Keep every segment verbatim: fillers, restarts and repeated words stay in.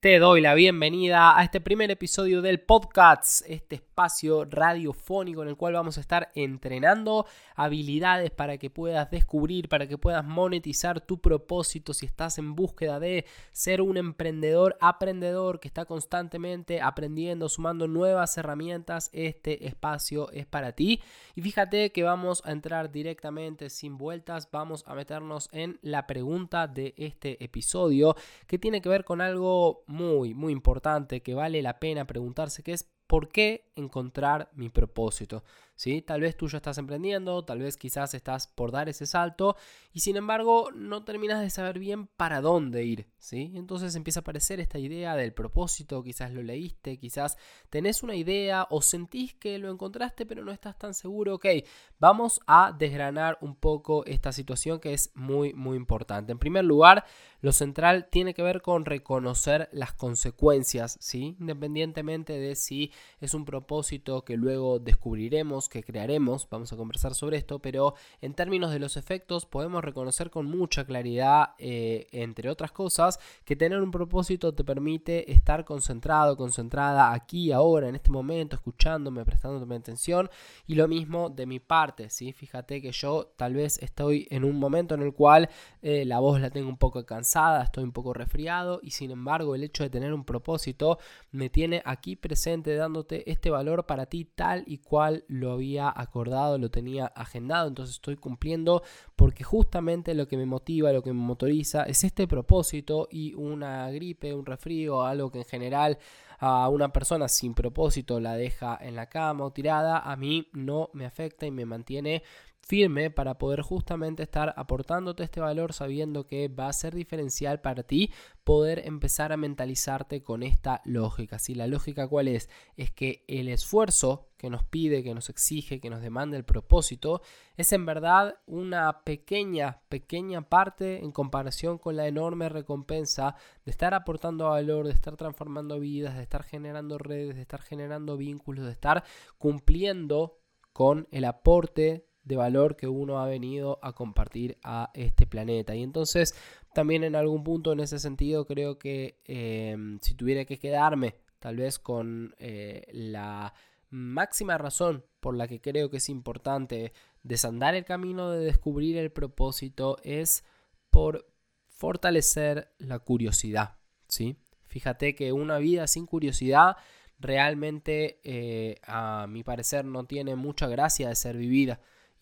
Te doy la bienvenida a este primer episodio del podcast, este espacio radiofónico en el cual vamos a estar entrenando habilidades para que puedas descubrir, para que puedas monetizar tu propósito si estás en búsqueda de ser un emprendedor aprendedor que está constantemente aprendiendo, sumando nuevas herramientas. Este espacio es para ti y fíjate que vamos a entrar directamente sin vueltas, vamos a meternos en la pregunta de este episodio que tiene que ver con algo muy, muy importante que vale la pena preguntarse, que es ¿por qué encontrar mi propósito? ¿Sí? Tal vez tú ya estás emprendiendo, tal vez quizás estás por dar ese salto y sin embargo no terminas de saber bien para dónde ir, ¿sí? Entonces empieza a aparecer esta idea del propósito, quizás lo leíste, quizás tenés una idea o sentís que lo encontraste pero no estás tan seguro. Ok, vamos a desgranar un poco esta situación que es muy, muy importante. En primer lugar, lo central tiene que ver con reconocer las consecuencias, ¿sí? Independientemente de si es un propósito que luego descubriremos, que crearemos, vamos a conversar sobre esto, pero en términos de los efectos podemos reconocer con mucha claridad, eh, entre otras cosas, que tener un propósito te permite estar concentrado, concentrada aquí, ahora, en este momento, escuchándome, prestándome atención, y lo mismo de mi parte, ¿sí? Fíjate que yo tal vez estoy en un momento en el cual eh, la voz la tengo un poco cansada, estoy un poco resfriado y sin embargo el hecho de tener un propósito me tiene aquí presente dándote este valor para ti tal y cual lo había acordado, lo tenía agendado, entonces estoy cumpliendo porque justamente lo que me motiva, lo que me motoriza es este propósito y una gripe, un resfrío, algo que en general a una persona sin propósito la deja en la cama o tirada, a mí no me afecta y me mantiene firme para poder justamente estar aportándote este valor sabiendo que va a ser diferencial para ti poder empezar a mentalizarte con esta lógica. ¿Sí? La lógica ¿cuál es? Es que el esfuerzo que nos pide, que nos exige, que nos demanda el propósito es en verdad una pequeña, pequeña parte en comparación con la enorme recompensa de estar aportando valor, de estar transformando vidas, de estar generando redes, de estar generando vínculos, de estar cumpliendo con el aporte de valor que uno ha venido a compartir a este planeta. Y entonces también en algún punto en ese sentido creo que eh, si tuviera que quedarme tal vez con eh, la máxima razón por la que creo que es importante desandar el camino de descubrir el propósito es por fortalecer la curiosidad, ¿sí? Fíjate que una vida sin curiosidad realmente eh, a mi parecer no tiene mucha gracia de ser vivida.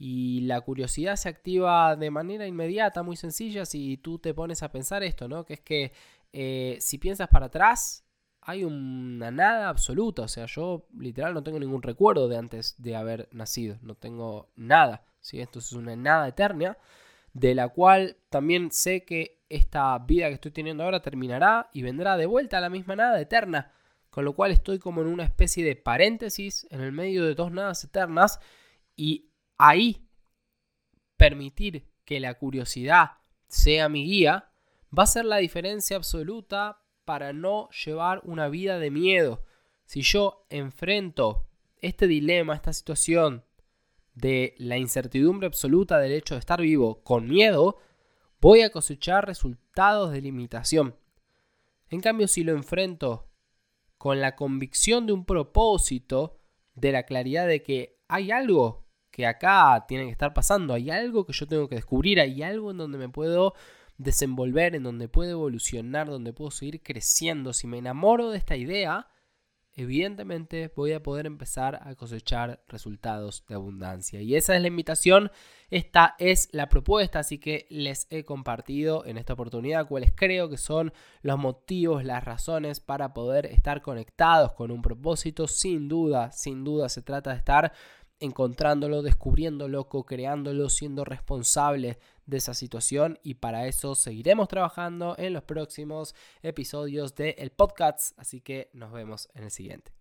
Y la curiosidad se activa de manera inmediata, muy sencilla, si tú te pones a pensar esto, ¿no? Que es que eh, si piensas para atrás, hay una nada absoluta. O sea, yo literal no tengo ningún recuerdo de antes de haber nacido. No tengo nada, ¿sí? Esto es una nada eterna, de la cual también sé que esta vida que estoy teniendo ahora terminará y vendrá de vuelta a la misma nada eterna. Con lo cual estoy como en una especie de paréntesis en el medio de dos nadas eternas y ahí permitir que la curiosidad sea mi guía va a ser la diferencia absoluta para no llevar una vida de miedo. Si yo enfrento este dilema, esta situación de la incertidumbre absoluta del hecho de estar vivo con miedo, voy a cosechar resultados de limitación. En cambio, si lo enfrento con la convicción de un propósito, de la claridad de que hay algo que acá tiene que estar pasando, hay algo que yo tengo que descubrir, hay algo en donde me puedo desenvolver, en donde puedo evolucionar, donde puedo seguir creciendo. Si me enamoro de esta idea, evidentemente voy a poder empezar a cosechar resultados de abundancia. Y esa es la invitación, esta es la propuesta, así que les he compartido en esta oportunidad cuáles creo que son los motivos, las razones para poder estar conectados con un propósito. Sin duda, sin duda se trata de estar encontrándolo, descubriéndolo, co-creándolo, siendo responsable de esa situación, y para eso seguiremos trabajando en los próximos episodios del podcast, así que nos vemos en el siguiente.